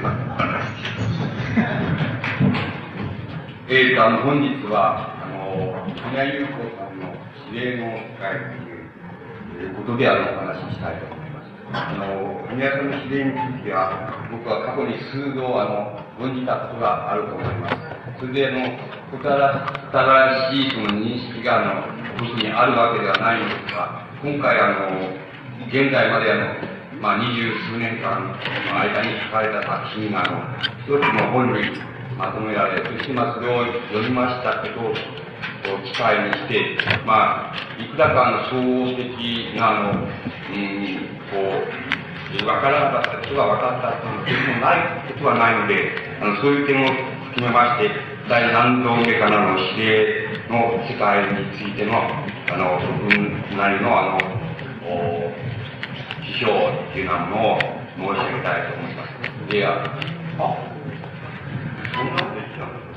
ます。本日は、宮優子さんの指令の会ということで、お話ししたいと思います。宮さんの指令については、僕は過去に数度、論じたことがあると思います。それで、新しいその認識が、僕にあるわけではないのですが、今回、現在まで20数年間の間に書かれた作品が、一つの本にまとめられ、そしてそれを読みましたことを機会にして、いくらか総合的な、わからなかったことが分かったというのもないことはないので、そういう点を含めまして、第何度目かの指令の世界についての、僕なりの批評っていうようなものを申し上げたいと思います。では、そんなこと言ってたの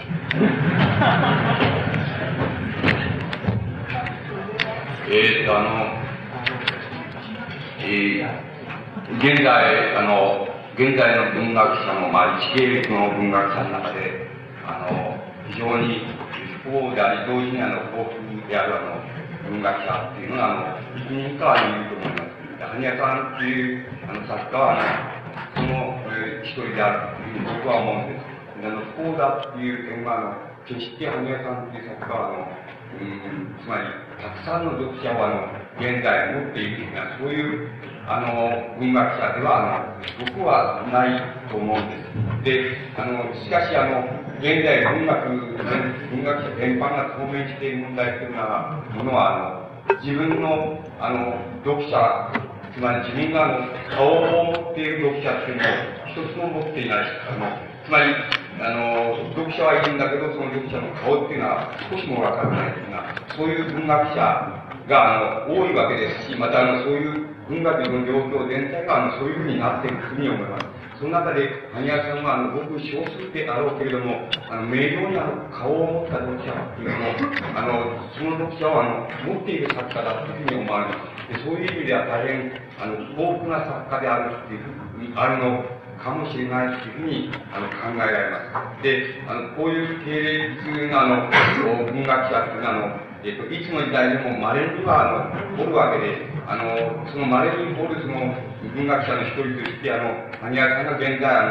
現在の文学者の、一系列の文学者の中で、非常に不幸であり、同時に豊富である文学者っていうのが、一人かはいると思います。羽屋さんっていう作家は、その一人であるというふうに僕は思うんです。不幸だっていう点は、決して羽屋さんっていう作家は、つまり、たくさんの読者を現在持っているような、そういう文学者では僕はないと思うんです。で、しかし現在文学者全般が当面している問題というものは、自分の読者、つまり自分が顔を持っている読者っていうのを一つも持っていない。つまり、読者はいるんだけど、その読者の顔っていうのは少しもわからないというような、そういう文学者が多いわけですし、またそういう文学の状況全体がそういうふうになっているというふうに思います。その中で、羽屋さんはごく少数であろうけれども、明瞭に顔を持った読者っていうのも、その読者を持っている作家だというふうに思われます。でそういう意味では大変、豊富な作家であるっていうふうに、あるのかもしれないというふうに考えられます。で、こういう系列な文学者というのはいつの時代でも稀にはおるわけで、その稀におるその文学者の一人として、羽屋さんが現在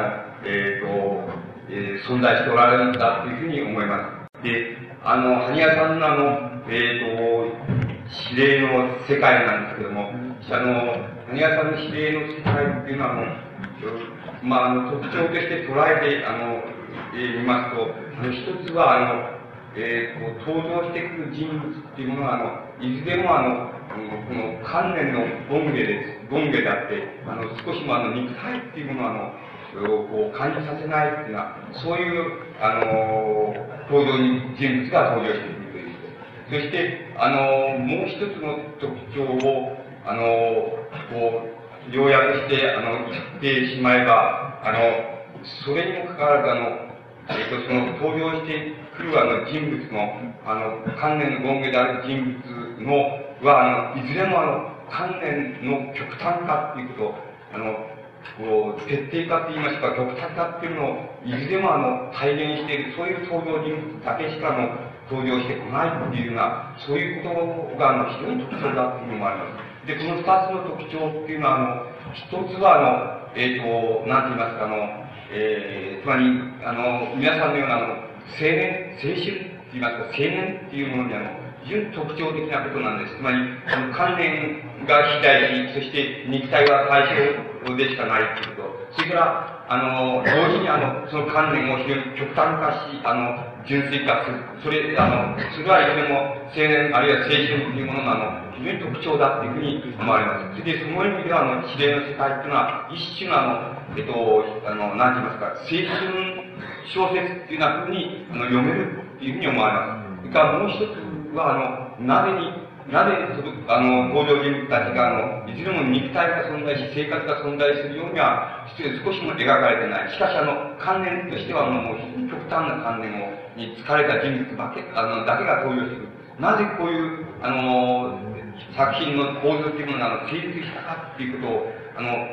存在しておられるんだというふうに思います。で、羽屋さんの指令の世界なんですけども、羽屋さんの指令の世界っていうのは特徴として捉えて、言いますと、一つは、登場してくる人物っていうものは、いずれもこの観念の権下であって、少しも肉体っていうものは、感じさせないっていうのは、そういう、登場人物が登場してくるということ。そして、もう一つの特徴を、要約して、言ってしまえば、それにもかかわらず、その登場してくる人物の、観念の権下である人物いずれも観念の極端化っていうことを、徹底化って言いますか、極端化っていうのを、いずれも体現している、そういう登場人物だけしか登場してこないっていうような、そういうことが非常に特徴だというのもあります。で、この二つの特徴っていうのは、一つはなんて言いますか、つまり、皆さんのような青春って言いますか、青年っていうものに非常に特徴的なことなんです。つまり、観念が肥大し、そして肉体は対象でしかないということ。それから、同時にその観念を非常に極端化し、純粋化する。それはいずれも青年、あるいは青春というものの非常に特徴だというふうに思われます。それで、その意味では、指令の世界っていうのは、一種のなんて言いますか、青春小説っていうようなふうに読めるっていうふうに思われます。それからもう一つは、なぜ登場人物たちが、いずれも肉体が存在し、生活が存在するようには、少しも描かれてない。しかし、観念としては、もう極端な観念に疲れた人物だけが登場する。なぜこういう、作品の構造というものが成立したかっていうことを、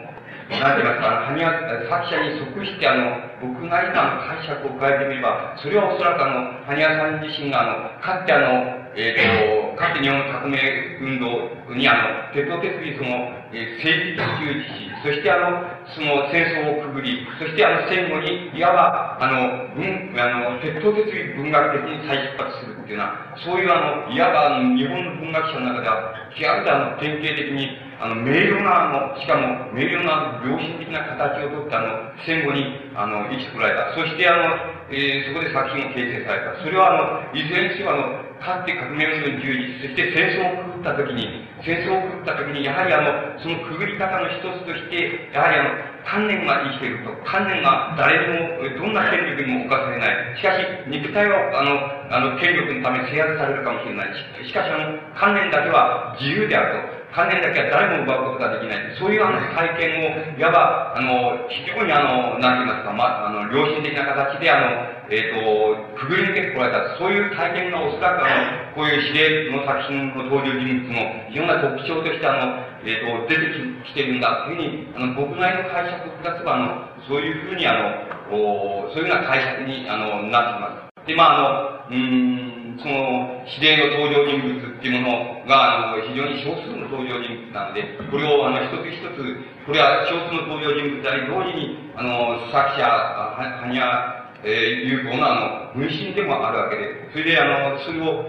なんて言いますか、作者に即して僕なりの解釈を変えてみれば、それはおそらく羽生さん自身がかつてかつて日本の革命運動に鉄道鉄尾政治的中立し、そしてその戦争をくぐり、そして戦後に、いわば、鉄道鉄尾文学的に再出発するっていうような、そういういわば日本の文学者の中では、極めて典型的に、明瞭な、しかも明瞭な良心的な形をとって戦後に、生きてこられた。そしてそこで作品を形成された。それはいずれにしてもかつて革命運動に従事、そして戦争をくぐった時に、やはりそのくぐり方の一つとして、やはり観念が生きていると。観念が誰にも、どんな権力にも侵されない。しかし、肉体は、権力のため制圧されるかもしれない。しかし、観念だけは自由であると。観念だけは誰も奪うことができない。そういう体験を、いわば、非常になんて言いますか、良心的な形で、くぐり抜けてこられた。そういう体験がおそらくこういう司令の作品の登場人物のいろんな特徴として出てきているんだというふうに、僕なりの解釈を下せば、そういうふうにそういうような解釈になっています。で、その、指令の登場人物っていうものが、非常に少数の登場人物なので、これを一つ一つ、これは少数の登場人物であり、同時に、作者、羽生有効な、分身でもあるわけで、それで、それを、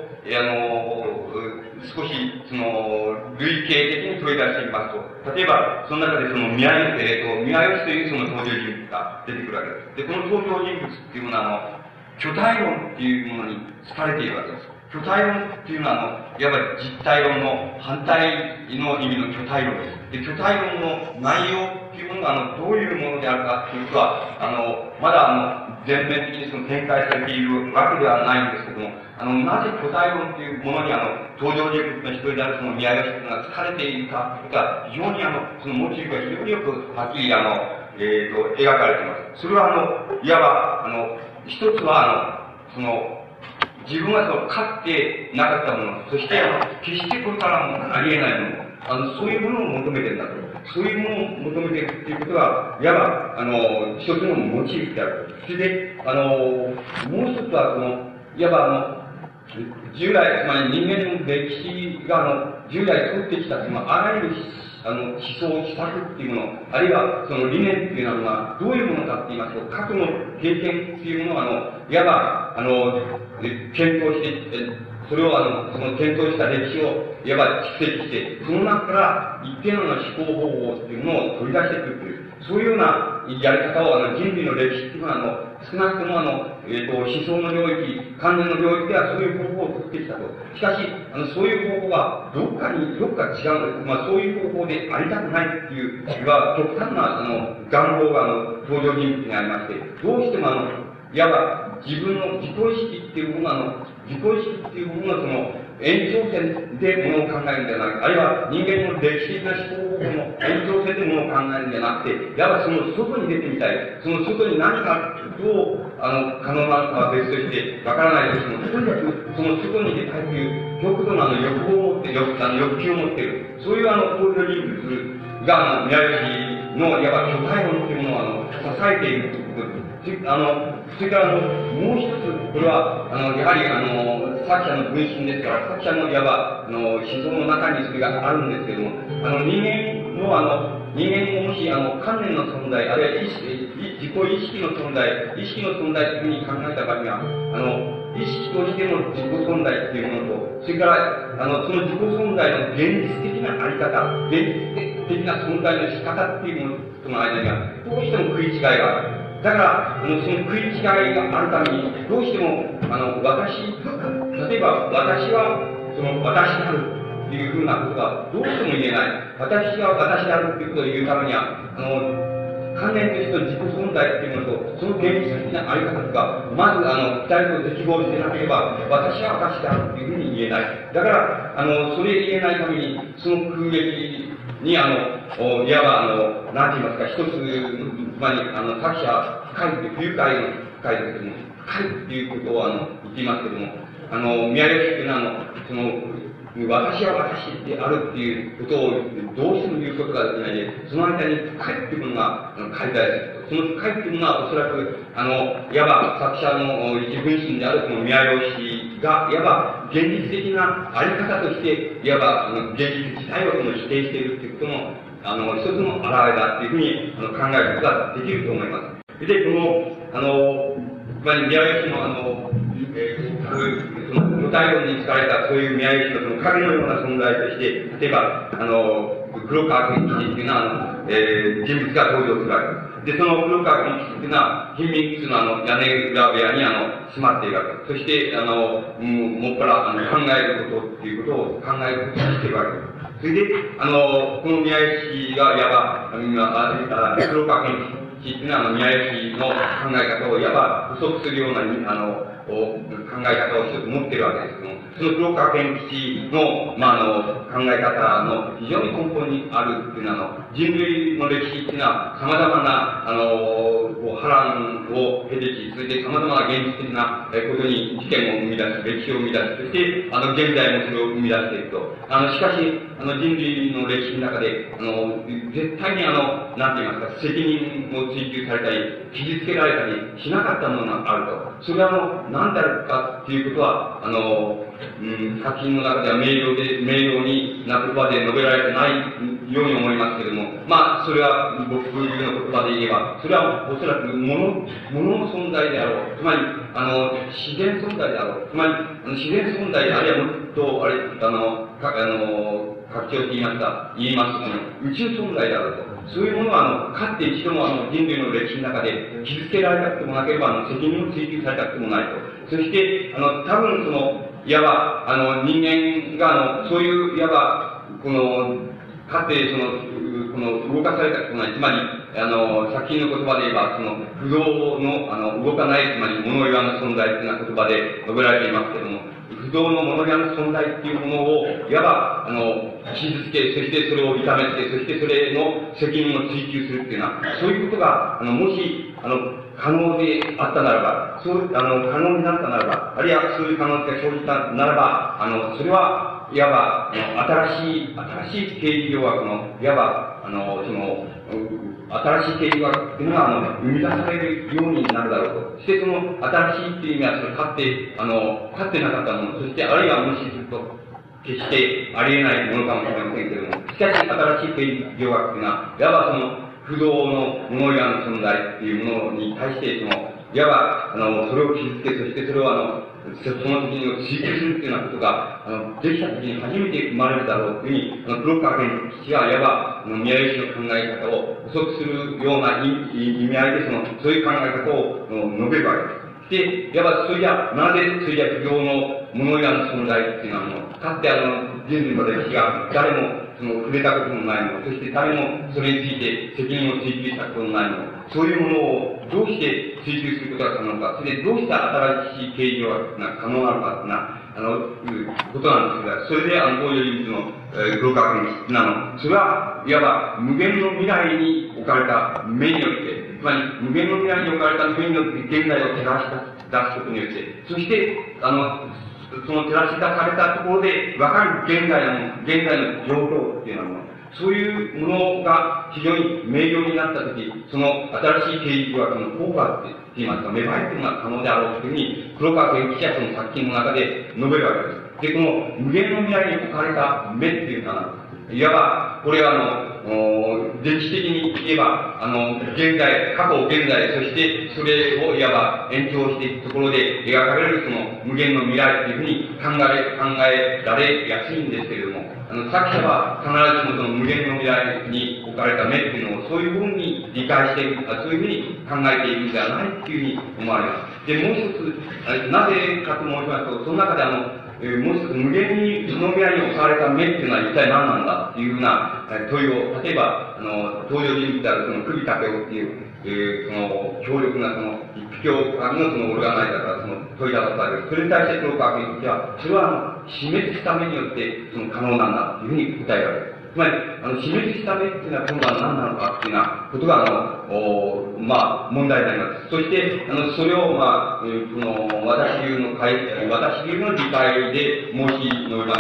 少し、類型的に取り出してみますと、例えば、その中で宮吉というその登場人物が出てくるわけです。で、この登場人物っていうものは、巨体論っていうものに疲れているわけです。巨体論っていうのはいわば実体論の反対の意味の巨体論です。で、巨体論の内容っていうものがどういうものであるかっていうことは、まだ全面的に展開されているわけではないんですけども、なぜ巨体論っていうものに登場人物の一人である宮吉っていうのが疲れているかっていうことは、非常にそのモチーフが非常によくはっきり描かれています。それはいわば、一つは、自分が勝ってなかったもの、そして、決してこれからもあり得ないもの、そういうものを求めてるんだと。そういうものを求めているっていうことは、いわば、一つのモチーフである。それで、もう一つは、いわば、従来、つまり人間の歴史が、従来作ってきた、あらゆる思想、施策っていうもの、あるいはその理念っていうのはどういうものかって言いますと、過去の経験っていうものをいわば、検討して、それをその検討した歴史をいわば蓄積して、その中から一定の思考方法っていうものを取り出してくるという、そういうようなやり方を人類の歴史っていうのは少なくとも思想の領域、関連の領域ではそういう方法を作ってきたと。しかし、そういう方法はどっか違うんです。そういう方法でありたくないっていう、いわば極端な願望が登場人物にありまして、どうしてもいわば自分の自己意識っていうものが自己意識っていうものの延長線でものを考えるんじゃなくて、あるいは人間の歴史的な思考方法の延長線でものを考えるんじゃなくて、いわばその外に出てみたい。その外に何かどう可能なのかは別としてわからないとしても、とにかくその外に出たいという極度な欲望を持って、欲求を持っている。そういう登場人物が宮吉のいわば巨体論というものを支えているということです。それからもう一つ、これは、やはり作者の分身ですから、作者のいわば、思想の中にそれがあるんですけれども、人間のもし、観念の存在、あるいは自己意識の存在、意識の存在というふうに考えた場合には、意識としての自己存在っていうものと、それから、その自己存在の現実的なあり方、現実的な存在の仕方っていうものとの間には、どうしても食い違いがある。だから、その食い違いがあるために、どうしても、例えば、私は、私であるっていうふうなことが、どうしても言えない。私は私であるっていうことを言うためには、観念としての自己存在っていうものと、その現実的なあり方とか、まず、二人と適合してなければ、私は私であるっていうふうに言えない。だから、それ言えないために、その空撃に、いわば、なんて言いますか、一つ、つまり、作者、深いって、不愉快の深いですけども、深いっていうことを、言っていますけども、宮吉っていうのは、 私は私であるっていうことをどうしても言うことができないで、その間に深いっていうものが解体すると。その深いっていうものはおそらく、いわば作者の一分身であるこの宮吉が、いわば現実的なあり方として、いわば現実自体をその否定しているっていうことも、一つの表れだっていうふうに考えることができると思います。で、つまり宮吉のその具体論に使われたそういう宮吉のその影のような存在として、例えば、黒川健吉っていうのは、人物が登場するわけです。で、その黒川健吉っていうのは、貧民窟の屋根裏部屋に住まっているわけです。そして、もっぱら考えることっていうことを考えることにしているわけです。それで、この宮吉がいわば、黒川健吉っていうのは、宮吉の考え方をいわば補足するような、考え方を一つ持っているわけですけども、その黒川健吉の、考え方の非常に根本にあるっていうのは、人類の歴史っていうのは、様々な、波乱を経てき、それで様々な現実的なことに事件を生み出す、歴史を生み出す、そして、現在もそれを生み出していくと。しかし、人類の歴史の中で、絶対になんて言いますか、責任を追求されたり、傷つけられたりしなかったものがあると。それは何であるかっていうことは、作品の中では明瞭にな言葉で述べられてないように思いますけれども、それは僕の言葉で言えば、それはおそらく物の存在であろう。つまり、自然存在であろう。つまり、自然存在、あるいはもっと、拡張して言いますと、宇宙存在であると。そういうものは、かつて一度も人類の歴史の中で傷つけられたこともなければ、責任を追求されたこともないと。そして、多分いわば、人間が、そういう、いわば、かつて動かされたことない、つまり、作品の言葉で言えば、不動の、動かない、つまり物言わぬ存在というような言葉で述べられていますけれども、不動の物言わぬ存在っていうものを、いわば、傷つけ、そしてそれを痛めつけ、そしてそれの責任を追求するっていうのは、そういうことが、もし、可能であったならば、可能になったならば、あるいはそういう可能性が生じたならば、それは、いわば、新しい刑事業学の、いわば、新しい刑事学っていうのが、生み出されるようになるだろうと。そしてその、新しいっていう意味は、かつてなかったもの、そしてあるいはもしすると、決してありえないものかもしれませんけれども、しかし新しい刑事業学っていうのは、いわば不動の物言わぬ存在っていうものに対して、いわば、それを傷つけ、そしてそれをその責任を追求するっていうようなことが、できた時に初めて生まれるだろうというふうに、黒川健吉がいわば、宮吉の考え方を補足するような意味合いで、そういう考え方を述べるわけです。で、いわば、なぜそれじゃ不動の物言わぬ存在っていうのは、かつて人類の歴史が誰も触れたことのないもの、そして誰もそれについて責任を追求したことのないもの、そういうものをどうして追求することが可能か、それでどうして新しい形状が可能なのかっていうことなんですが、それでこういう人物の黒川健吉なの、それはいわば無限の未来に置かれた目によって、つまり無限の未来に置かれた目によって現在を照らし出すことによって、そしてその照らし出されたところで分かる現在の状況っていうのは、そういうものが非常に明瞭になったとき、その新しい刑事学の効果って言いますか、芽生えているのが可能であろうというふうに、黒川健吉はその作品の中で述べるわけです。で、この無限の未来に置かれた目っていうのは、いわば、これは歴史的に言えば、現在、過去、現在、そしてそれをいわば延長していくところで描かれるその無限の未来っていうふうに考えられやすいんですけれども、作者は必ずしもその無限の未来に置かれた目っていうのをそういうふうに理解している、そういうふうに考えているんではないっていうふうに思われます。で、もう一つ、なぜかと申しますと、その中でもう一つ無限にその未来に置かれた目っていうのは一体何なんだっていうふうな問いを、例えば、登場人物である久美武雄っていう、強力な一匹狼のオルガナイザーから問いただったわけです。それに対して黒川健吉は、それは死滅した目によって可能なんだっていうふうに答えるわけです。つまり、死滅した目っていうのは今度は何なのかっていうようなことが、問題になります。そして、それを、私流の理解で申し述べますと、つ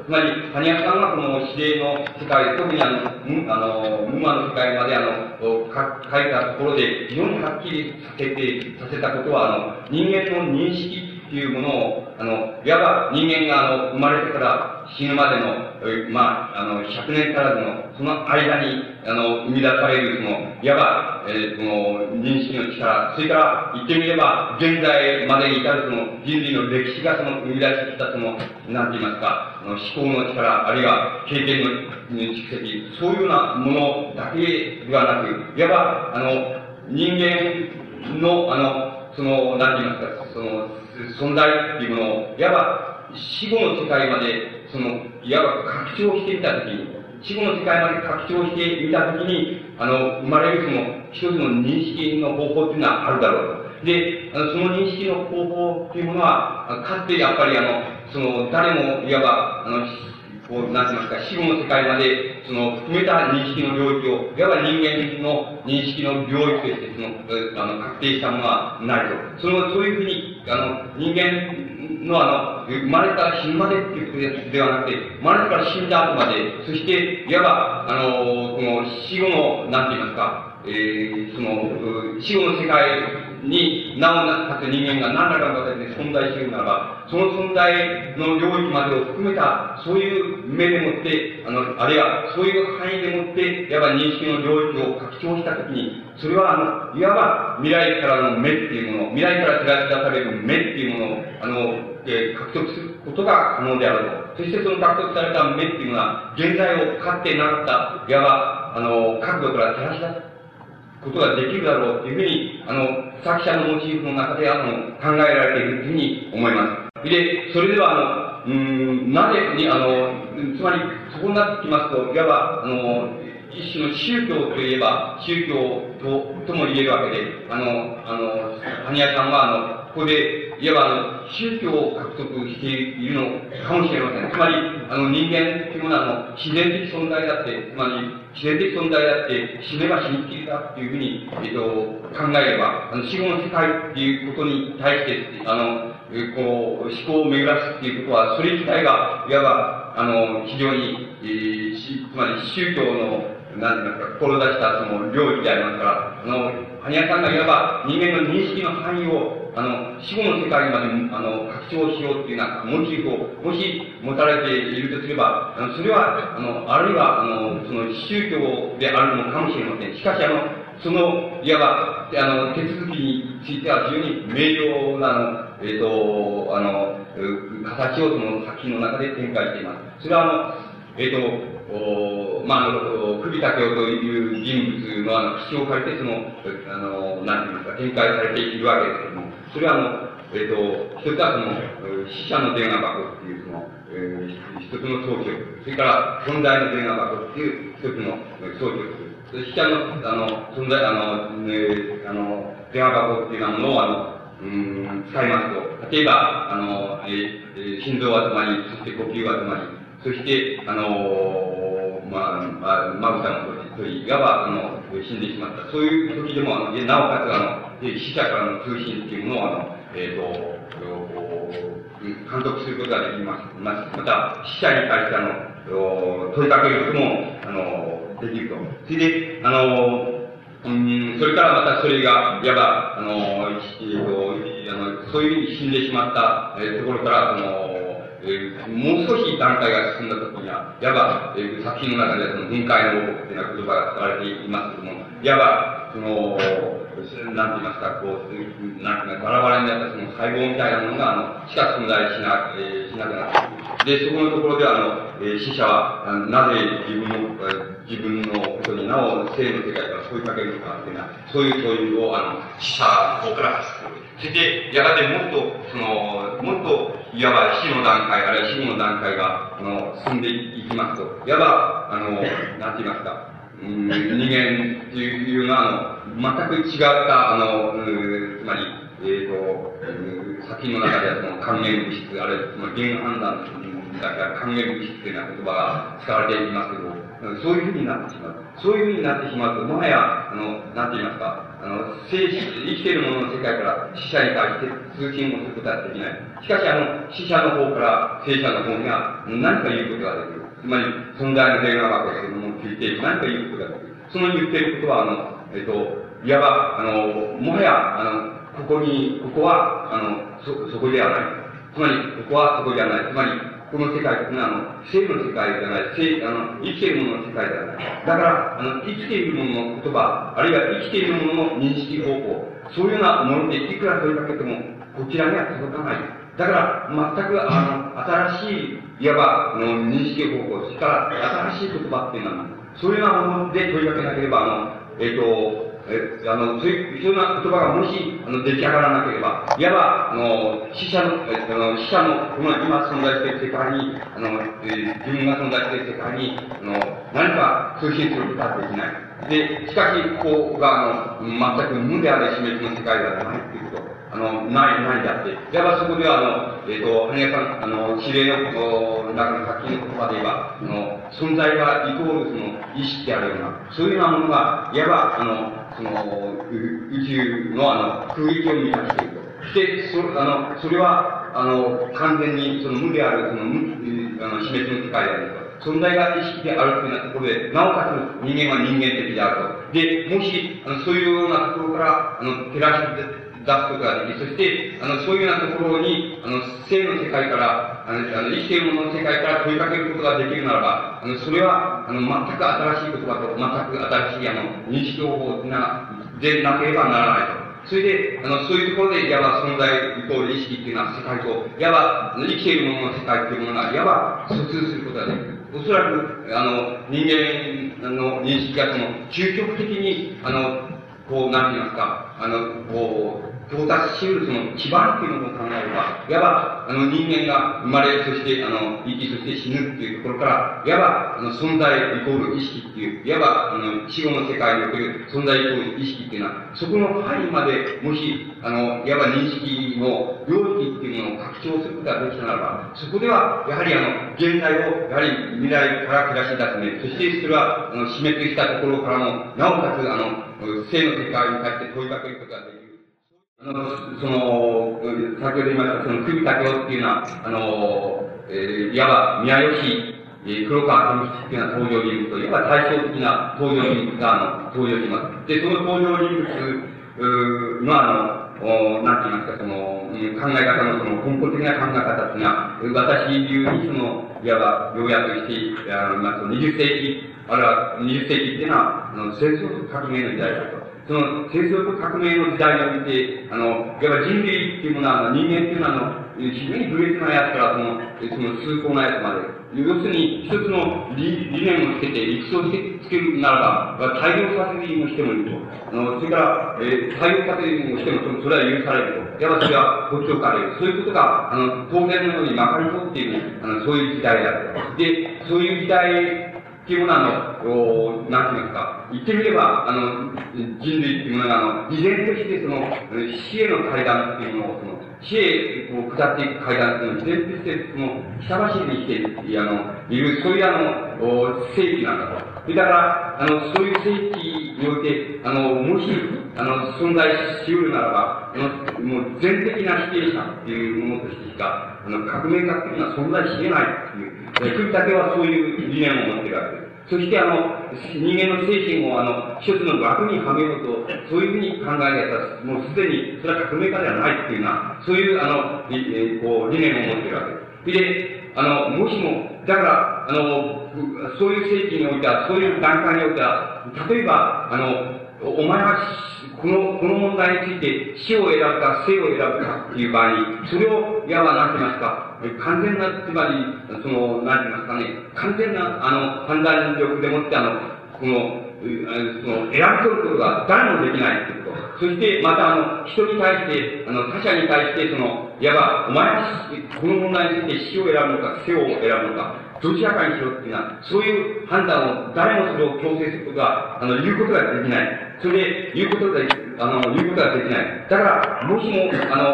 つまり、谷谷さんはこの指令の世界、特に無我の世界まで書いたところで、非常にはっきりさせたことは、人間の認識っていうものを、いわば人間が生まれてから死ぬまでの、100年足らずの、その間に、生み出される、いわば、その、認識の力、それから、言ってみれば、現在までに至る人類の歴史が生み出してきたなんて言いますか、思考の力、あるいは経験の蓄積、そういうようなものだけではなく、いわば、人間の、なんて言いますか、存在っていうものを、いわば、死後の世界まで、いわば拡張してみたときに、死後の世界まで拡張してみたときに、生まれる一つの認識の方法っていうのはあるだろうと。で、その認識の方法っていうものは、かつてやっぱり誰も、いわば、なんて言いますか、死後の世界まで、含めた認識の領域を、いわば人間の認識の領域として、確定したものはないと。そういうふうに、人間の生まれから死ぬまでっていうことではなくて、生まれてから死んだ後まで、そして、いわば、この死後の、なんて言いますか、死後の世界に、なおかつ人間が何らかの形で存在しているならば、その存在の領域までを含めた、そういう目でもって、あるいは、そういう範囲でもって、いわば認識の領域を拡張したときに、それはいわば未来からの目っていうもの、未来から照らし出される目っていうものを、獲得することが可能であると。そしてその獲得された目っていうのは、現在をかってなかった、いわば、角度から照らし出すことができるだろうっていうふうに、作者のモチーフの中で考えられているというふうに思います。で、それでは、なぜに、つまり、そこになってきますと、いわば、一種の宗教といえば、宗教とも言えるわけで、谷谷さんは、ここで、いわば宗教を獲得しているのかもしれません。つまり、人間というものは自然的存在だって、つまり、自然的存在だって、死ねば死にきりだっていうふうに、考えれば、死後の世界っていうことに対して、こう、思考を巡らすっていうことは、それ自体が、いわば、非常に、つまり宗教の、なんて言いますか、志した領域でありますから、羽生さんがいわば人間の認識の範囲を、死後の世界まで、拡張しようっていうようなモチーフを、もし持たれているとすれば、それは、あるいは、宗教であるのかもしれません。しかし、いわば、手続きについては非常に明瞭な、形を作品の中で展開しています。それは、栗田教という人物の口を借りて、なんて言いますか、展開されているわけですけれども、それは一つは死者の電話箱っていう一つの装置を、それから存在の電話箱っていう一つの装置を作る。死者の、存在、電話箱っていうようなものを、使いますと、例えば、心臓はつまり、そして呼吸はつまり、そして、まぶたの時、いわば、死んでしまった。そういう時でも、なおかつ、死者からの通信っていうものを、監督することができます。また、死者に対して問いかけることも、できると。それで、それからまたそれが、いわば、そういうふうに死んでしまった、ところから、もう少し段階が進んだときには、いわば、作品の中で分解の王国というような言葉が使われていますけれども、いわば、なんて言いますか、こう、なんて言いますか、バラバラになった細胞みたいなものが、しか存在しなくなっている。で、そこのところで死者は、なぜ自分のことになお生の世界から問いかけるのかっていうような、そういう問いを、死者の方から発する。そして、やがてもっと、いわば死の段階、あるいは死後の段階が、進んでいきますと、いわば、なんて言いますか、人間っていうのは、全く違った、つまり、作品の中では還元物質、あるいはつまり原判断だから還元物質というような言葉が使われていますけど、そういうふうになってしまう。そういうふうになってしまうと、もはや、なんて言いますか、 生きているものの世界から死者に対して通信をすることはできない。しかし死者の方から生者の方には何か言うことができる。つまり、存在の電話箱というものを聞いて何か言うことができる。その言っていることはいわば、もはや、ここは、そこではない。つまり、ここはそこではない。つまり、この世界というのは、生の世界ではない。生きているものの世界ではない。だから、生きているものの言葉、あるいは生きているものの認識方法、そういうようなものでいくら問いかけても、こちらには届かない。だから、全く、新しい、いわば、認識方法、それから新しい言葉っていうのは、そういうようなもので問いかけなければ、そういうような言葉がもし、出来上がらなければ、いわば、死者の、この今存在している世界に、自分が存在している世界に、何か通信することはできない。で、しかし、ここが、全く無であれ、死滅の世界ではないということ。ないであって。いわばそこでは、羽根さん、指令の、中の作品の言葉で言えば、存在がイコールその意識であるような、そういうようなものが、いわば、宇宙の空域を満たしていると。で、それは、完全にその無である、死滅の世界であると。存在が意識であるというようなところで、なおかつ人間は人間的であると。で、もし、そういうようなところから、照らし出すことができ、そして、そういうようなところに、生の世界から、生きているものの世界から問いかけることができるならば、それは、全く新しい言葉と、全く新しい、認識方法でなければならないと。それで、そういうところで、いわば存在イコール意識っていうのは世界と、いわば生きているものの世界っていうものが、いわば疎通することができる。おそらく、人間の認識が究極的に、なんて言いますか、到達し得るその基盤っていうものを考えれば、いわば、人間が生まれ、そして、生き、そして死ぬっていうところから、いわば、存在イコール意識っていう、いわば、死後の世界における存在イコール意識っていうのは、そこの範囲まで、もし、いわば認識の領域っていうものを拡張することができたならば、そこでは、やはり現在を、やはり未来から照らし出すね、そしてそれは、死滅したところからも、なおかつ、生の世界に対して問いかけることができる。先ほど言いました、首武雄っていうのは、いわば宮吉、黒川智吉っていうのは登場人物と、いわば対照的な登場人物が、登場します。で、その登場人物の、なんて言いますか、考え方の根本的な考え方っていうのは、私流にいわば、要約して、20世紀、あるいは20世紀っていうのは、戦争と革命の時代だと。その戦争と革命の時代を見て、いわば人類っていうものは、人間っていうのは、非常に不烈なやつから崇高なやつまで。要するに、一つの理念をつけて、理屈をつけるならば、大量殺人をしてもいいと。それから、大量殺人をしても、それは許されると。いわばそれは放っておかれる。そういうことが、当然のようにまかり通っている、そういう時代である。で、そういう時代、っていうものは、なんていうんですか、言ってみれば、人類っていうものが、依然として、死への階段っていうものを、死へ下っていく階段っていうのを、依然として、久走りにしている、そういう世紀なんだと。だから、そういう世紀において、もし、存在し得るならば、もう全的な否定者っていうものとしてしか、革命家っていうのは存在し得ないっていう、首だけはそういう理念を持っているわけです。そして人間の精神を一つの枠にはめようと、そういうふうに考えたら、もうすでにそれは革命家ではないっていうような、そういう理念を持っているわけです。で、もしも、だから、そういう世紀においては、そういう段階においては、例えば、お前は、この問題について死を選ぶか生を選ぶかっていう場合に、それを、いわば何て言いますか、完全な、つまり、何て言いますかね、完全な、判断力でもって、選び取ることが誰もできないっていうこと。そして、また、人に対して、他者に対して、いわば、お前は、この問題について死を選ぶのか、生を選ぶのか、どちらかにしろっていうのは、そういう判断を、誰もそれを強制することが、言うことができない。それで、言うことができない。だから、もしも、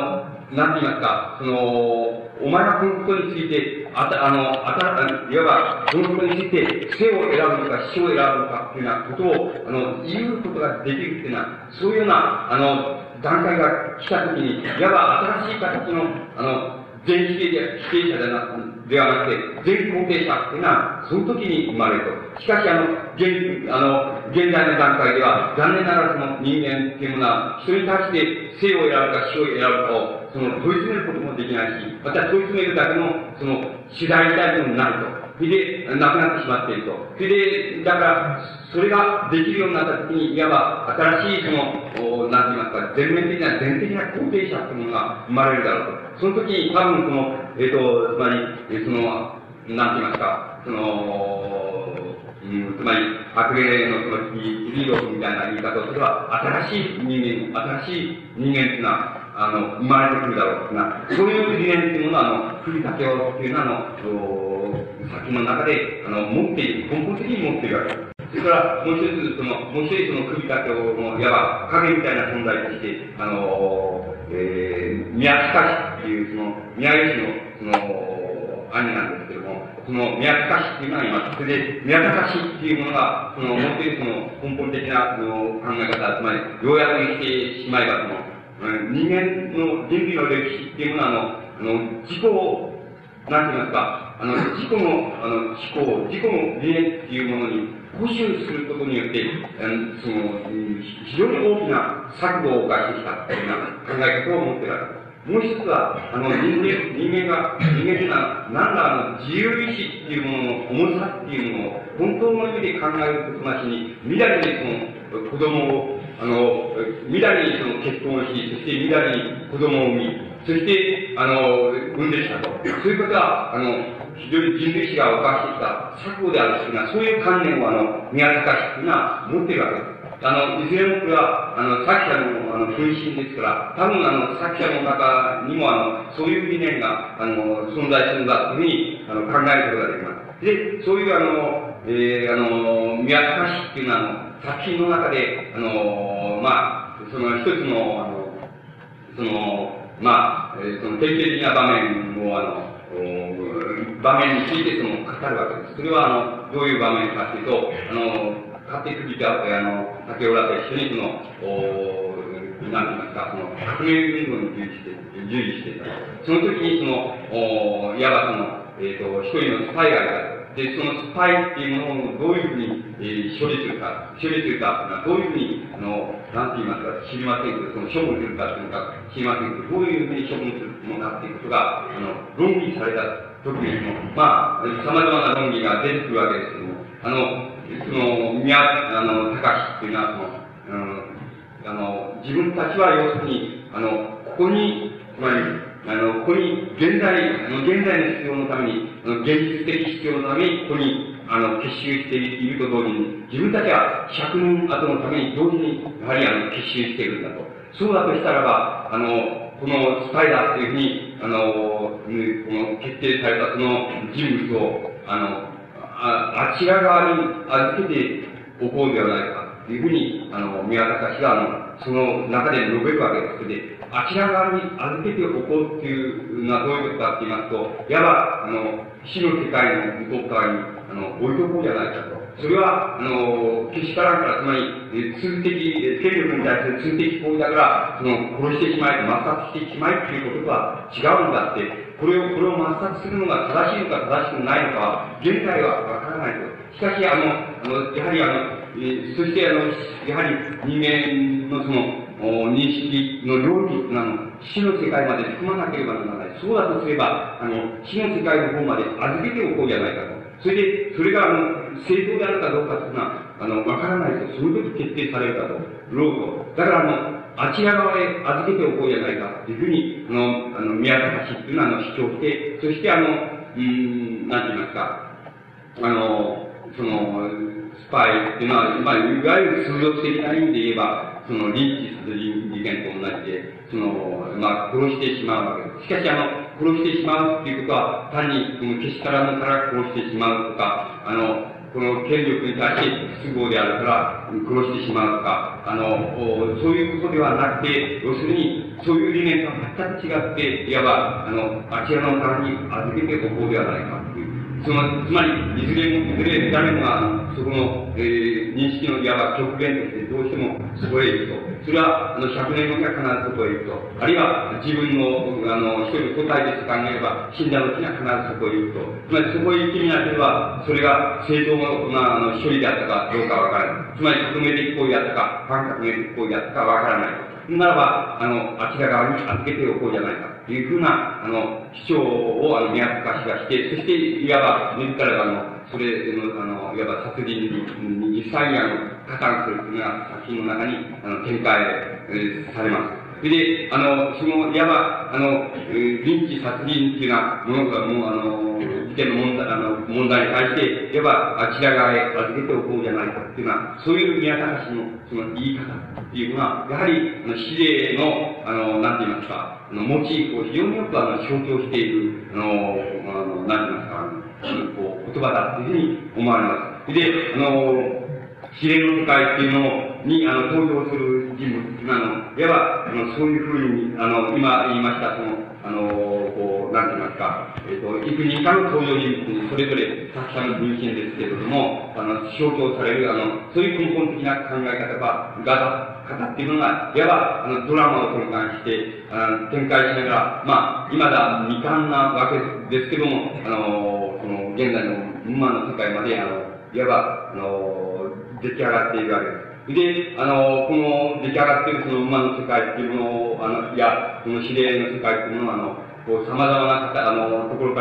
なんて言いますか、お前はこのことについて、いわば、このことについて、生を選ぶのか、死を選ぶのかっていうようなことを、言うことができるっていうのは、そういうような、段階が来たときに、いわば新しい形の、全否定者ではなくて、全肯定者っていうのは、その時に生まれると。しかし、現在の段階では、残念ながらその人間っていうものは、人に対して生を選ぶか死を選ぶかを、問い詰めることもできないし、また問い詰めるだけの、主題みたいなものになると。それで、なくなってしまっていると。それで、だから、それができるようになったときに、いわば、新しいなんて言いますか、全面的な、全的な肯定者っていうものが生まれるだろうと。その時に、多分つまり、なんて言いますか、つまり、白芸のリードみたいな言い方をすれば、新しい人間っていうのは、生まれてくるだろうな。そういう理念っていうものは、栗武雄っていうのは、作品の中で、持っている、根本的に持っているわけです。それから、もう一つ、栗武雄の、いわば影みたいな存在として、宮塚氏っていう、宮吉の、兄なんですけども、宮塚氏っていうのがいます。それで、宮塚氏っていうものが、持っている根本的な、考え方、つまり、要約にしてしまえば、人間の人類の歴史っていうものは、自己を、なんて言いますか、自己の思考、自己の理念っていうものに保守することによって、非常に大きな錯誤を犯してきたというような考え方を持っているわけです。もう一つは、人間というのは、何ら自由意志っていうものの重さっていうものを、本当の意味で考えることなしに、未来に子供を、未来に結婚し、そして未来に子供を産み、そして、産んできたと。そういうことは、非常に人類史が犯してきた錯誤であるというのは、そういう観念を、宮坂氏というのは持っているわけです。いずれもこれは、作者の、分身ですから、多分、作者の中にも、そういう理念が、存在するんだというふうに、考えることができます。で、そういう、宮坂氏っていうのは、作品の中で、その一つの、典型的な場面を、場面について語るわけです。それは、どういう場面かというと、勝手首と、竹浦と一緒になんて言いますか、革命運動に従事していた。その時にいわば一人のスパイがいた。で、そのスパイっていうものをどういうふうに、処理するかっていうのは、どういうふうに、なんて言いますか、知りませんけど、処分するかっていうのか知りませんけど、どういうふうに処分するのかっていうことが、論議された時に様々な論議が出てくるわけですけども、宮隆っていうのは、自分たちは要するに、ここに、つまり、ここに、現在の必要のために、現実的必要のために、ここに、結集していると同時に、自分たちは100年後のために同時に、やはり結集しているんだと。そうだとしたらば、このスパイダーというふうに、この決定されたその人物を、あちら側に預けておこうではないか、というふうに、宮坂氏が、その中で述べるわけです。それで、あちら側に預けておこうっていうのはどういうことかって言いますと、いわば、死の世界の向こう側に、置いとこうじゃないかと。それは、けしからんから、つまり、通的、権力に対する通的行為だから、殺してしまい、抹殺してしまいっていうこととは違うんだって、これを抹殺するのが正しいのか正しくないのかは、現在はわからないと。しかし、やはりそして、やはり人間の認識の領域なの、死の世界まで含まなければならない。そうだとすれば、死の世界の方まで預けておこうじゃないかと。それで、それが、正当であるかどうかというのは、わからないと。そういう時決定されるだろうと。だから、あちら側へ預けておこうじゃないかというふうに、宮坂氏っていうのは主張して、そしてなんて言いますか、スパイっていうのは、いわゆる数学的な意味で言えば、リンチ殺人事件と同じで、殺してしまうわけです。しかし、殺してしまうっていうことは、単に、けしからんから殺してしまうとか、 この権力に対して不都合であるから殺してしまうとか、そういうことではなくて、要するに、そういう理念とは全く違って、いわば、あちらの側に預けておこうではないかという。つまり、いずれ誰もが、そこの、認識のいわば極限としてどうしてもそこへ行くと。それは、100年後には必ずそこへ行くと。あるいは、自分の、一人個体ですと考えれば、死んだ後には必ずそこへ行くと。つまり、そこへ行ってみなければ、それが正当な、処理であったかどうかわからない。つまり、革命的行為であったか、反革命的行為であったかわからないと。ならば、あちら側に預けておこうじゃないか、というふうな、主張を、明確化して、そして、いわば、自らが、それの、いわば殺人に実際に加担するというような作品の中に、展開、されます。それで、その、いわば、リンチ殺人っていうようなものが、もう、事件の問題に対して、いわば、あちら側へ預けておこうじゃないかっていうような、そういう宮高氏の、その言い方っていうのは、やはり、司令の、なんて言いますか、モチーフを非常によく象徴している、なんて言いますか、こう、言葉だというふうに思われます。で、司令の世界っていうのに、登場する人物っていうのは、いわば、そういうふうに、今言いました、その、こう、なんて言いますか、幾人かの登場人物にそれぞれ作者の分身ですけれども、象徴される、そういう根本的な考え方っていうのが、いわば、ドラマを転換して、展開しながら、まあ、未だ未完なわけですけども、その、現在の馬の世界まで、いわば、出来上がっているわけです。で、この出来上がっているその馬の世界っていうのを、いや、この指令の世界っていうのは、こう、様々なところから、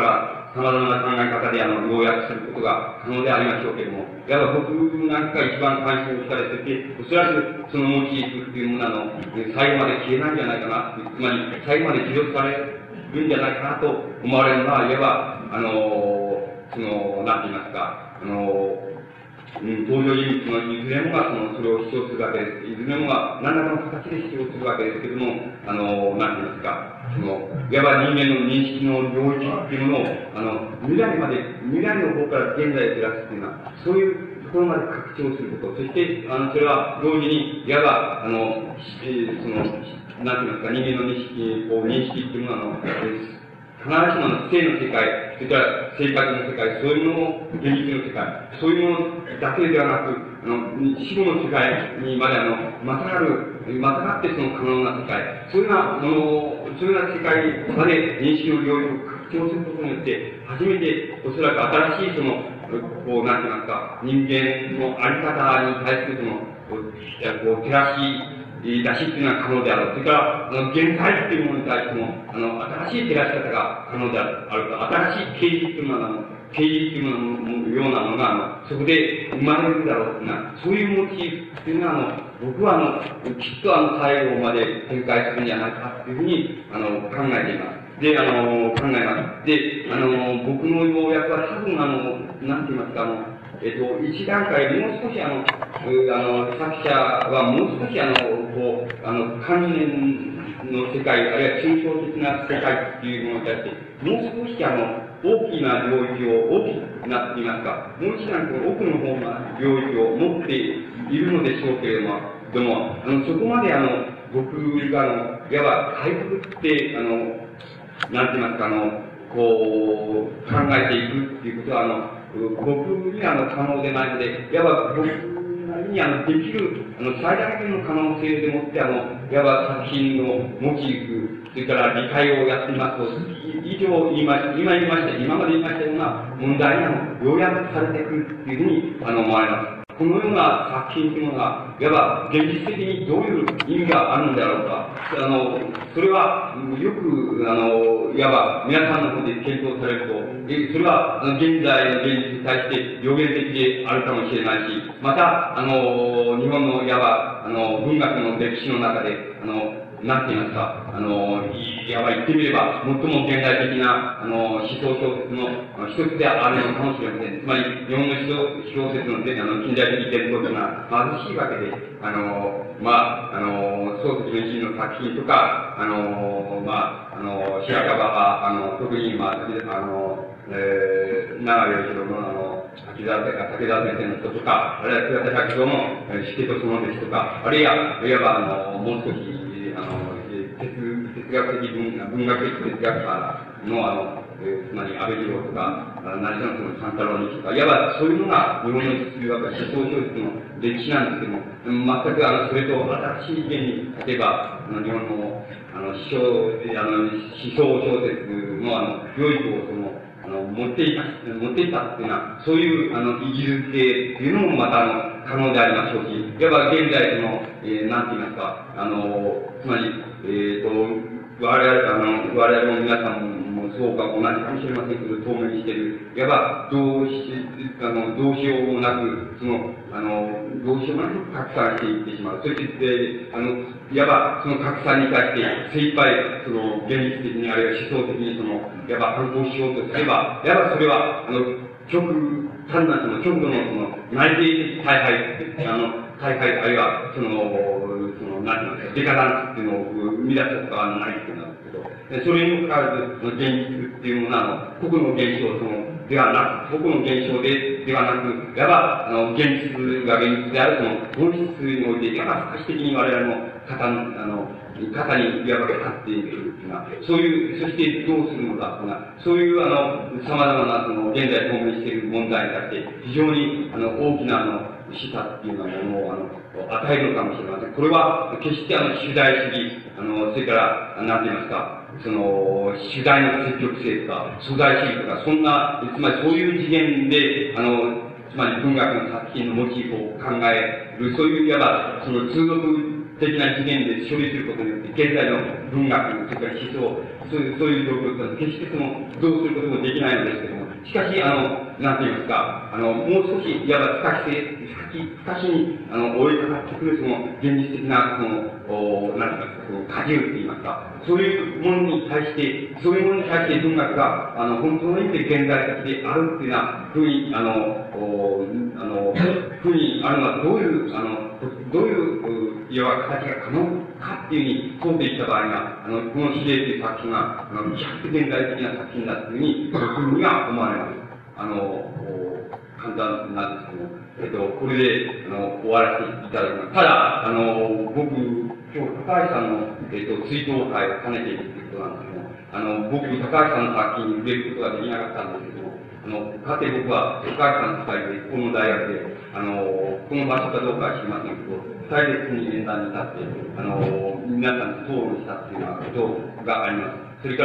様々な考え方で、要約することが可能でありましょうけれども、やっぱ僕なんか一番関心を惹かれてて、おそらくそのモチーフっていうもの最後まで消えないんじゃないかな、つまり、最後まで記録されるんじゃないかなと思われるのは、いわば、その、なんて言いますか、登場人物のいずれもがそれを主張するわけです。いずれもが何らかの形で主張するわけですけれども、なんて言いますか、いわば人間の認識の領域っていうものを、未来の方から現在へずらすっていうのは、そういうところまで拡張すること。そして、それは同時に、いわば、その、なんて言いますか、人間の認識っていうものは、必ずしも性の世界、それから生活の世界、そういうもの、現実の世界、そういうものだけではなく、死後の世界にまでまたがってその可能な世界、そういうようなものを、そういうような世界まで認識の領域を拡張することによって、初めておそらく新しいその、こう、なんて言いますか、人間のあり方に対するその、こう、照らし出しっていうのは可能である。それから、現在っていうものに対しても、新しい照らし方が可能であると。新しい啓示っていうのは、啓示っていうものようなものが、そこで生まれるだろうっていうのは、そういうモチーフっていうのは、僕はきっと最後まで展開するんじゃないかっていうふうに、考えています。で、考えます。で、僕の要約は多分なんて言いますか、一段階、もう少し作者はもう少しこう、関連の世界、あるいは抽象的な世界っていうものに対して、もう少し大きな領域を、大きなって言いますか、もう一段奥の方の領域を持っているのでしょうけれども、そこまで僕がいわば回復って、なんて言いますか、こう、考えていくっていうことは、僕には可能でないので、いわば僕なりにできる、最大限の可能性でもって、いわば作品のモチーフ、それから理解をやってみますと、今言いました、今まで言いましたような問題に要約されてくるっていうふうに思われます。このような作品というものが、いわば現実的にどういう意味があるんだろうか。それは、よく、いわば皆さんの方で検討されると、それは現在の現実に対して予言的であるかもしれないし、また、日本のいわば、文学の歴史の中で、なんて言いますか、いわば言ってみれば、最も現代的な、思想小説の一つであるのかもしれません。つまり、日本の思想小説の近代的伝統というのは貧しいわけで、漱石の詩の作品とか、白樺派、特に、長良一郎の滝沢先生の人とか、あるいは姿百姓の死家とその弟子とか、あるいは、もう少し、哲学的文学的哲学者のつまり安倍次郎とか、何しろその三太郎日記とか、いわばそういうのが日本の思想小説の歴史なんですけども、全くそれと新しい意見に、例えば、日本の思想小説の領域を持っていたっていうのは、そういう位置づけっていうのもまた可能でありましょうし、いわば現在なんて言いますか、つまり、我々も皆さんもそうか同じかもしれませんけど、透明にしている、いわばどうしようもなく、どうしようもなく拡散していってしまう。そして、いわばその拡散に対して精一杯、現実的にあるいは思想的にいわば反抗しようとすれば、いわばそれは、単なる極度の内政的大敗、あるいは、なんていうんですか、デカダンスっていうのを生み出したことはないっていうんですけど、それにもかかわらず、現実っていうものは、個々の現象ではなく、個々の現象ではなく、いわば、現実が現実である本質において、いわば可視的に我々の肩にいわばかかっているというのは、そしてどうするのかというのは、そういう様々な現在透明している問題に対して、非常に大きな示唆っていうようなものを与えるのかもしれません。これは決して主題主義、それから、なんて言いますか、主題の積極性とか、素材主義とか、そんな、つまりそういう次元で、つまり文学の作品のモチーフを考える、そういういわば、通俗的な次元で処理することによって、現在の文学、それから思想、そういう状況というのは、決してどうすることもできないのですけども、しかし、なんて言いますか、もう少し、いわば不可視に、追いかかってくる、現実的な、なんて言いますか、荷重って言いますか、そういうものに対して、文学が、本当の意味で現代的であるっていうようなふうに、あるのは、どういう、いわば形が可能かっていうふうに問うていった場合が、この比例という作品が、100現代的な作品だっていうふうに、そういうふうには思われます。簡単なんですけど、これで、終わらせていただきます。ただ、僕、今日、高橋さんの、追悼会を兼ねているということなんですけども、僕、高橋さんの作品に触れることができなかったんですけども、かつて僕は、高橋さんと二人で、この大学で、この場所かどうかは知りませんけど、二人で普通に演壇に立って、皆さんと討論したっていうようなことがあります。それから、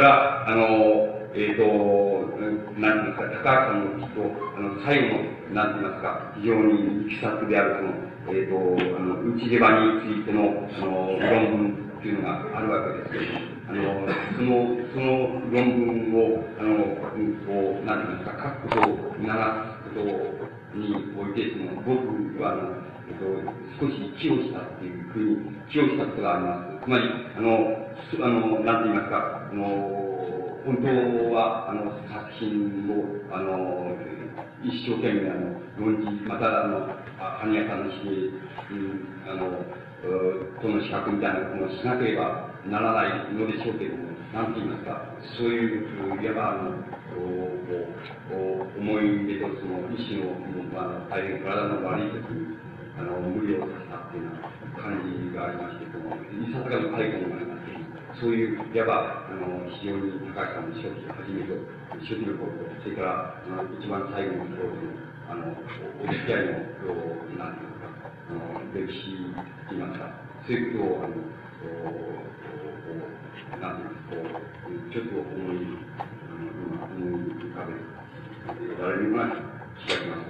なんて言いますか、高橋さんのきっと、最後の、なんて言いますか、非常に力作である、内出場についての、論文っていうのがあるわけですけれども、その論文を、なんて言いますか、書くことを促すことにおいて、僕は、少し寄与したっていうふうに、寄与したことがあります。つまり、なんて言いますか、本当は、作品を、一生懸命、論じ、また、羽屋さんの指令、この資格みたいなものをしなければならないのでしょうけれども、なんて言いますか、そういう、いわば、思い出とその意志の、大変体の悪い時に、無理をさせたっていうような感じがありまして、いささかの最後にもありますけど、そういう、いわば、非常に高橋さんの初期の頃と、それから、一番最後の頃の、お付き合いの、なんていうか、歴史といいますか、そういうことを、なんていうか、ちょっと思い浮かべられるような気がします。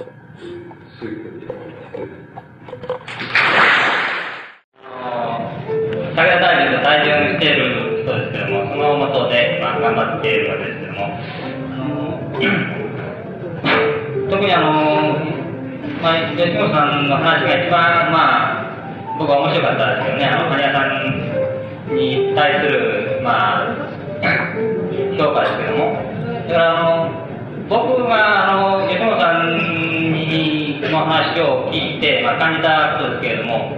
そういうことで、 武田大臣と対峙している人ですけども、その元で、頑張っているわけですけども、特に吉本さんの話が一番、僕は面白かったですよね。羽屋さんに対する、評価ですけども。だから、僕が、吉本さんの話を聞いて、感じたことですけれども、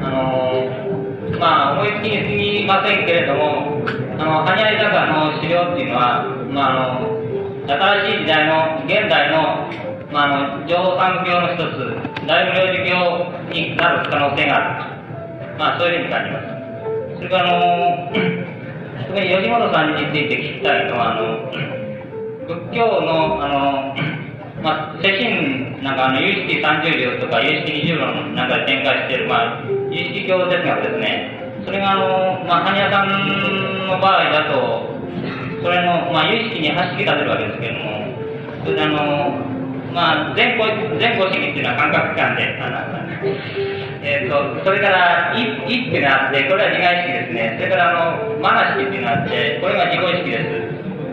思いつきにすぎませんけれども、羽屋坂の資料っていうのは、新しい時代の、現代の、 上三教の一つ、大無量寿教になる可能性がある。そういうふうに感じます。それから特に吉本さんについて聞きたいのは、仏教の、世親なんか有識30条とか有識20論なんかで展開している、有識教哲学ですね。それが般若さんの場合だと、それの、有識に走り立てるわけですけれども、それで前後式っていうのは感覚器官で、それから意っていうのがあって、これは自我意識ですね。それからマナ式っていうのがあって、これが自己意識です。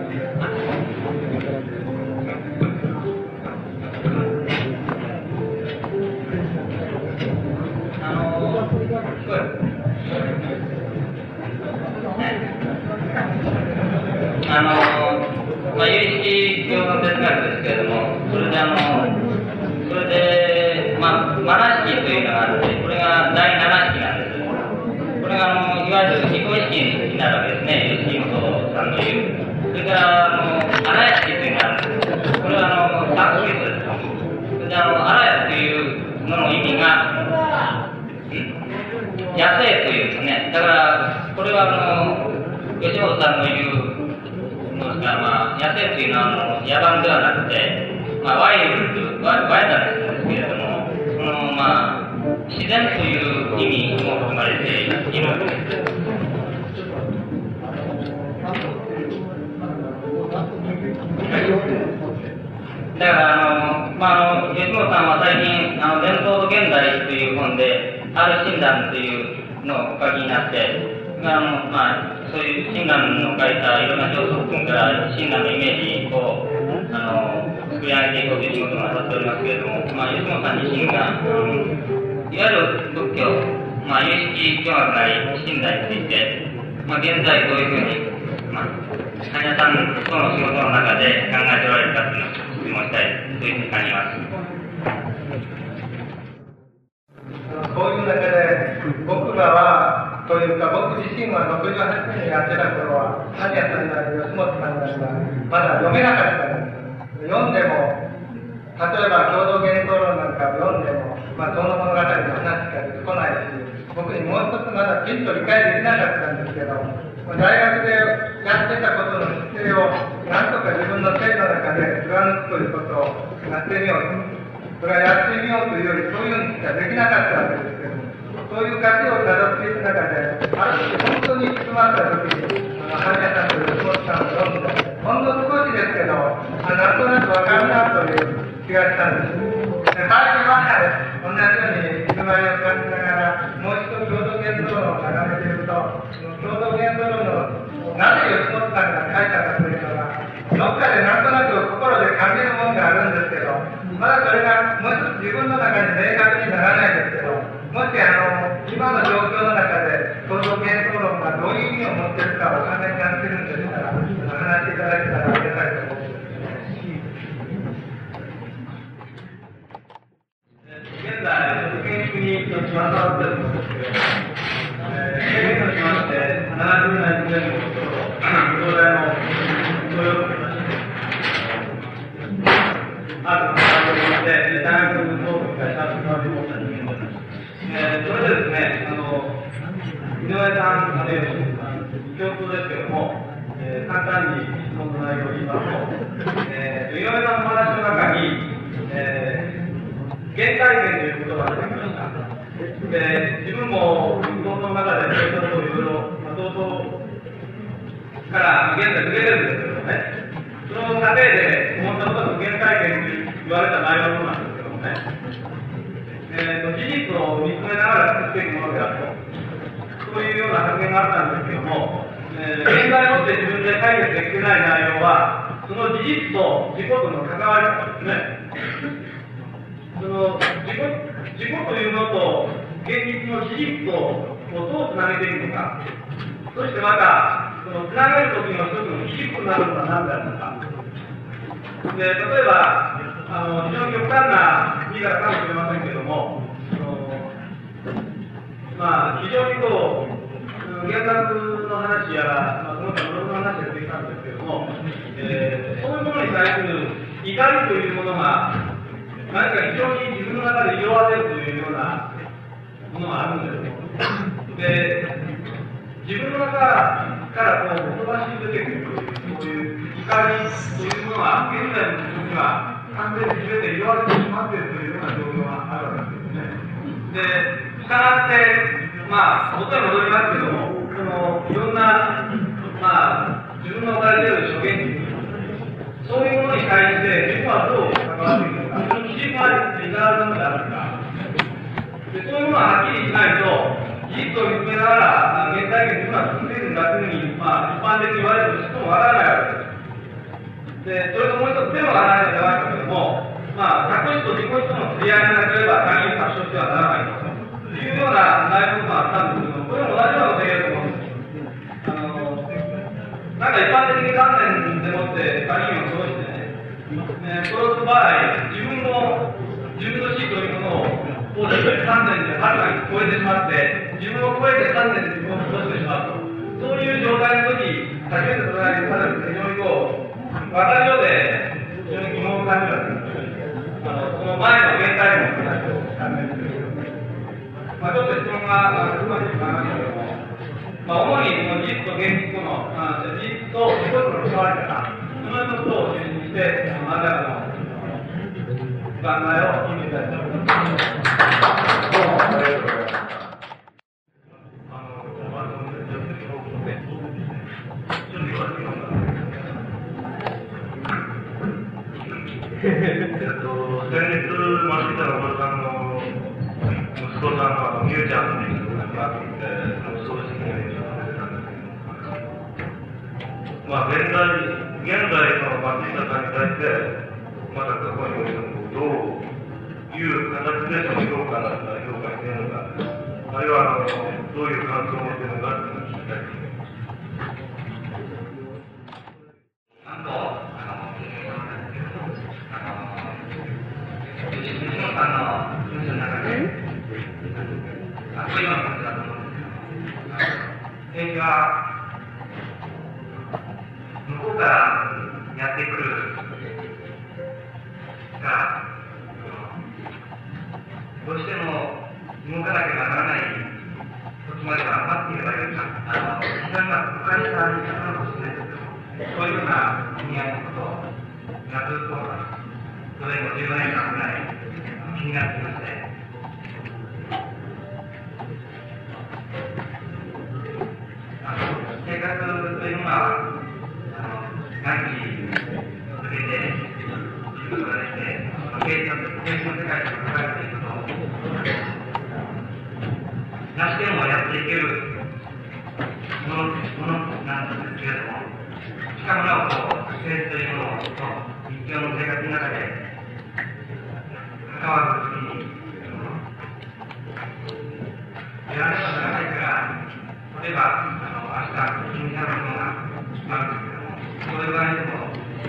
有識教の哲学ですけれども、それでマナ式というのがあって、これが第7式なんです。これがいわゆる自己意識になるわけですね、有識元さんの言う。それからアラヤ式というのがあるんです。これはサンスクリットです。それでアラヤというのの意味が野生というんですね。だからこれは吉本さんの言うのですが、野生というのは野蛮ではなくて、ワイダネスですけれども、自然という意味も含まれているわけです。だから吉本さんは最近伝統と現代という本である診断というのをお書きになって、そういう親鸞の書いたいろんな小説から親鸞のイメージを作り上げていこうという仕事をなさっておりますけれども、吉本さん自身がいわゆる仏教、有識教学なり親鸞について、現在どういうふうに患者さんとの仕事の中で考えておられるかというのを質問したいというふうに感じます。 こういう中で僕らはというか僕自身は68年にやってた頃はアニヤさんなり吉本さんなりがまだ読めなかったんです。読んでも例えば共同幻想論なんかを読んでも、その物語の話しか出てこないし、僕にもう一つまだきちんと理解できなかったんですけど、大学でやってたことの姿勢をなんとか自分の生の中で貫くということをやってみようと。それはやってみようというよりそういうにしかできなかったわけですけども、そういう過程をたどっていく中で、ある時本当に詰まった時に患者さんと吉本さんを読んで、ほんの少しですけど、なんとなくわかるなという気がしたんです。最近は同じように偽りを感じながら、もう一度共同幻想論を眺めていると、共同幻想論のなぜ吉本さんが書いたかというのが、どっかでなんとなく心で感じるものがあるんですけど、まだそれがもう一つ自分の中に明確にならないですけど、もし今の状況の中で共同幻想論がどういう意味を持っているかをお考えになっているんでしたら、話していただけたらありがたいと思います。現在、研究に一つまたわっているんですけど、研究としまして、70年前のところ、東大の東洋区のアートの学部で、大学の東部会社の学びを持った人間です。それでですね、井上さん、あるいは共通ですけども、簡単に質問の内容を言いますと、井上さんの話の中に、原体験という言葉が出てきました。で、自分も運動の中でそういったことをいろいろ、東東から現在受けてるんですけどもね、その過程で思ったことが原体験と言われた内容なんですけどもね、事実を見つめながら作っていくものであると、そういうような発言があったんですけども、現在をって自分で解決できてない内容は、その事実と自己との関わり方ですね。その自己というのと現実の事実とどうつなげていくのか、そしてまたそのつなげるときの一つの基軸となるのは何であるのか。で、例えば非常に極端な言い方かもしれませんけども、非常に原爆の話や、その他のの話が出てきたんですけども、そういうものに対する怒りというものが何か非常に自分の中で色あせるというようなものがあるんです。で、自分の中からこう、ほとばし出てくる、そういう怒りというものは、現在の自分には完全に全て色あせてしまっているというような状況があるわけですね。で、したがって、元に戻りますけども、いろんな、自分の置かれている諸現実、そういうものに対して自分はどう関わっていくのか、その基準がいかなるものであるのか、でそういうものははっきりしないと、事実を認めながら、現代現実は進んでいるんだというふうに、一般的に言われるとしてもわからないわけです。で、それともう一つテーマがあらないと出ましたけども、過去史と自己史との釣り合いがなければ、単位発症してはならないというような内容があったんですけども、これも同じようなこと言えると思うんです。なんか一般的に観念でもって他人をそうしてね、殺す場合、自分の死というものを観念ではるかに超えてしまって、自分を超えて観念で自分を殺してしまうと。そういう状態の時、初めて捉える彼は非常に渡りようで非常に疑問を感じるわけです。その前の現代の話を考えてみる。ちょっと質問がうまくいかないけども、主にその事実と現実との、事実と自己との関わり方、そのようなことを中心にして、あなたの考えを聞いていただきたいと思います。どうもありがとうございました。 先日、松下のさんの息子さんのみゆちゃんという人が葬式の練習をされたんですけど、現在の松下さんに対して、また過去においてもどういう形でその評価しているのか、あるいはどういう感想を持っているのかというのを聞きたいです。 政治は向こうからやってくるがどうしても動かなければならない時までは待っていればよいか、非常に誤解した言い方かもしれないですけど、そういうような意味合いのことをずっとそれも15年間ぐらい気になっていまして。生活というのは何時続けて仕事ができて、経済の世界と関わっていくことをなしてもやっていけるものなんですけれども、しかもなお政治というものと日常の生活の中で関わるときにやらねばならないから、例えば明日気になるものがあるんですけども、そういう場合でも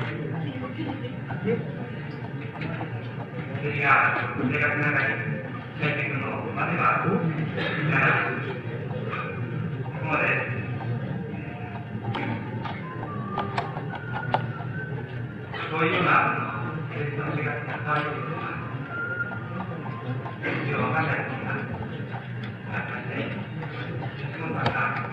政治が生活の中に入ってくるのを待てばならない。ここまでそういうような政治の生活が変わるということがよく分かんないことがありまして、すごくまた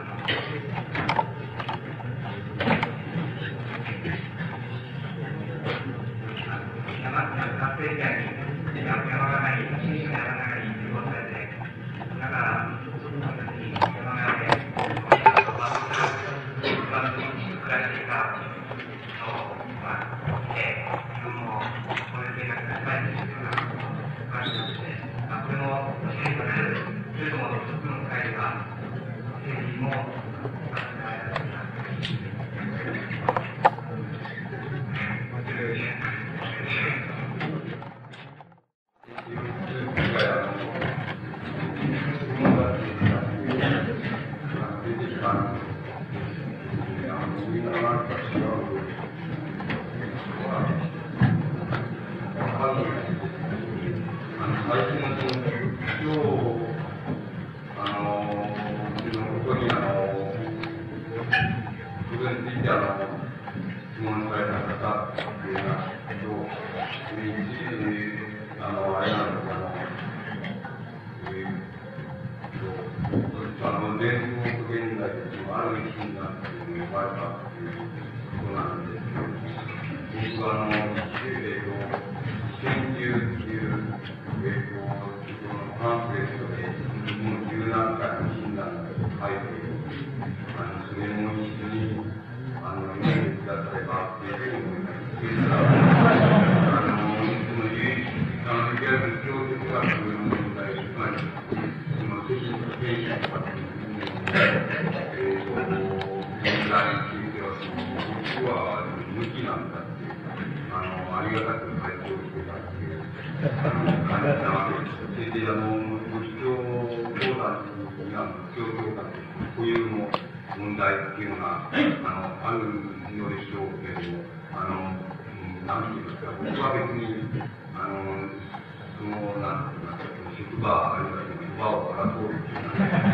学生時代に山がない、新種の山がないということで、だから、その時に山がで、暮らしていたのを、自分もこういう生活がしたいというような感じがして、これも教えてくれる、それとも一つの会が、政治も、 あれなんです伝統と現代である一になって生まれたということなんですけど、僕は2010っていうパンフレットでもう10何回の診断が書いている。それも一緒に見てくださればっていうふうに思います。ですから、教哲学の問題、つまり、精神的変化とかっていう問題については、僕は無気なんだっていう、ありがたく回答してたっていう感じなわけです。それで、仏教教団には、仏教教団固有の問題っていうのが、あるのでしょうけれども、なんて言いますか、僕は別に、なんて言いますか、職場、あるいは職場を争うという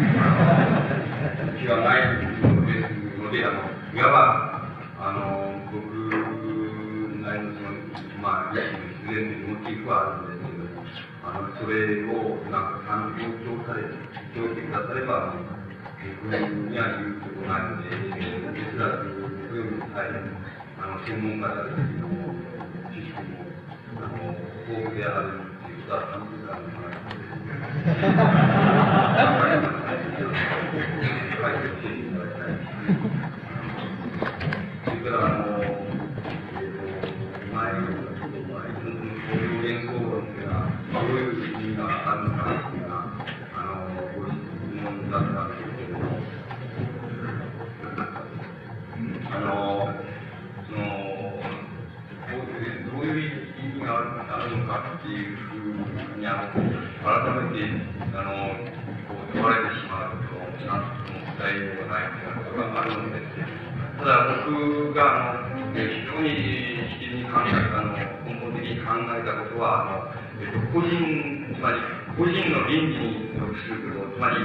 気はないですので、いわば、僕なりの自然的モチーフはあるんですけども、それをなんか強調くだされば、僕には言うことないので、ですらく、そういうのに大変、専門家だというのも、知識も、豊富であるっていうことは、感じがあるのかなと。解説していただきたい。それから、前の現象論というのは、どういう意味があるのかというのは、ご質問だったんですけれども、どういう意味があるのかっていうふうに改めて問われてしまうと、なんとも答えようがないということがあるのです。ただ僕が非常に根本的に考えたことは、個人、つまり個人の倫理に属すること、つまり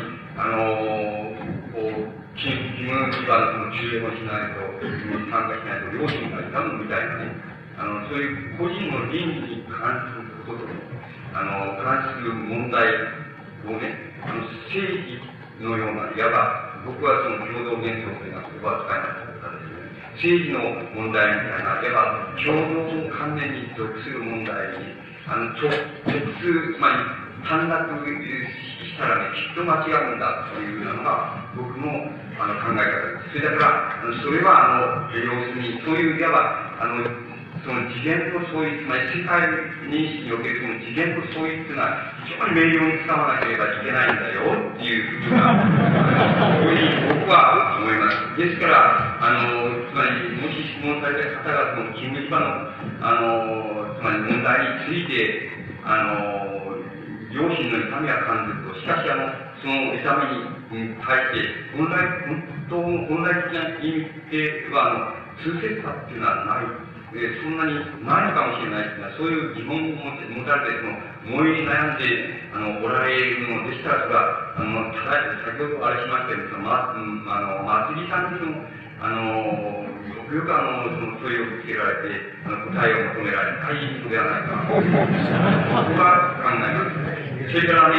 義務基盤の中営もしないと、参加しないと、両親が痛むみたいなね、そういう個人の倫理に関することと、関する問題をね、政治のような、いわば、僕はその共同現象というのは言葉を使いましたですね、政治の問題みたいな、いわば、共同関連に属する問題に、直接、つまり、短絡したらね、きっと間違うんだというのが、僕の考え方です。それだから、それは、要するに、そういう、いわば、その次元と相違、つまり世界認識におけるその次元と相違というのは、非常に明瞭に使わなければいけないんだよっていうふうな、そういうふうに僕は思います。ですから、つまり、もし質問された方が、その勤務地場の、つまり問題について、両親の痛みは感じると、しかしその痛みに対して、本来的な意味では、通説化っていうのはない。そんなにないのかもしれないですが、そういう疑問を持たれて、思い悩んでおられるのでしたら、それは、先ほどあれしましたけど、松木さんによくよく問いをぶつけられて、答えを求められたいのではないかなと、僕は考えます。それからね、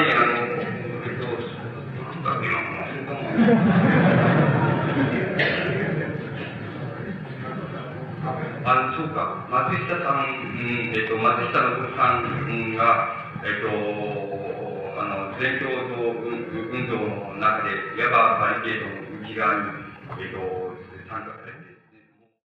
そうか、松下さん、松下信さんが、全共闘運動の中で、いわばバリケードの内側に、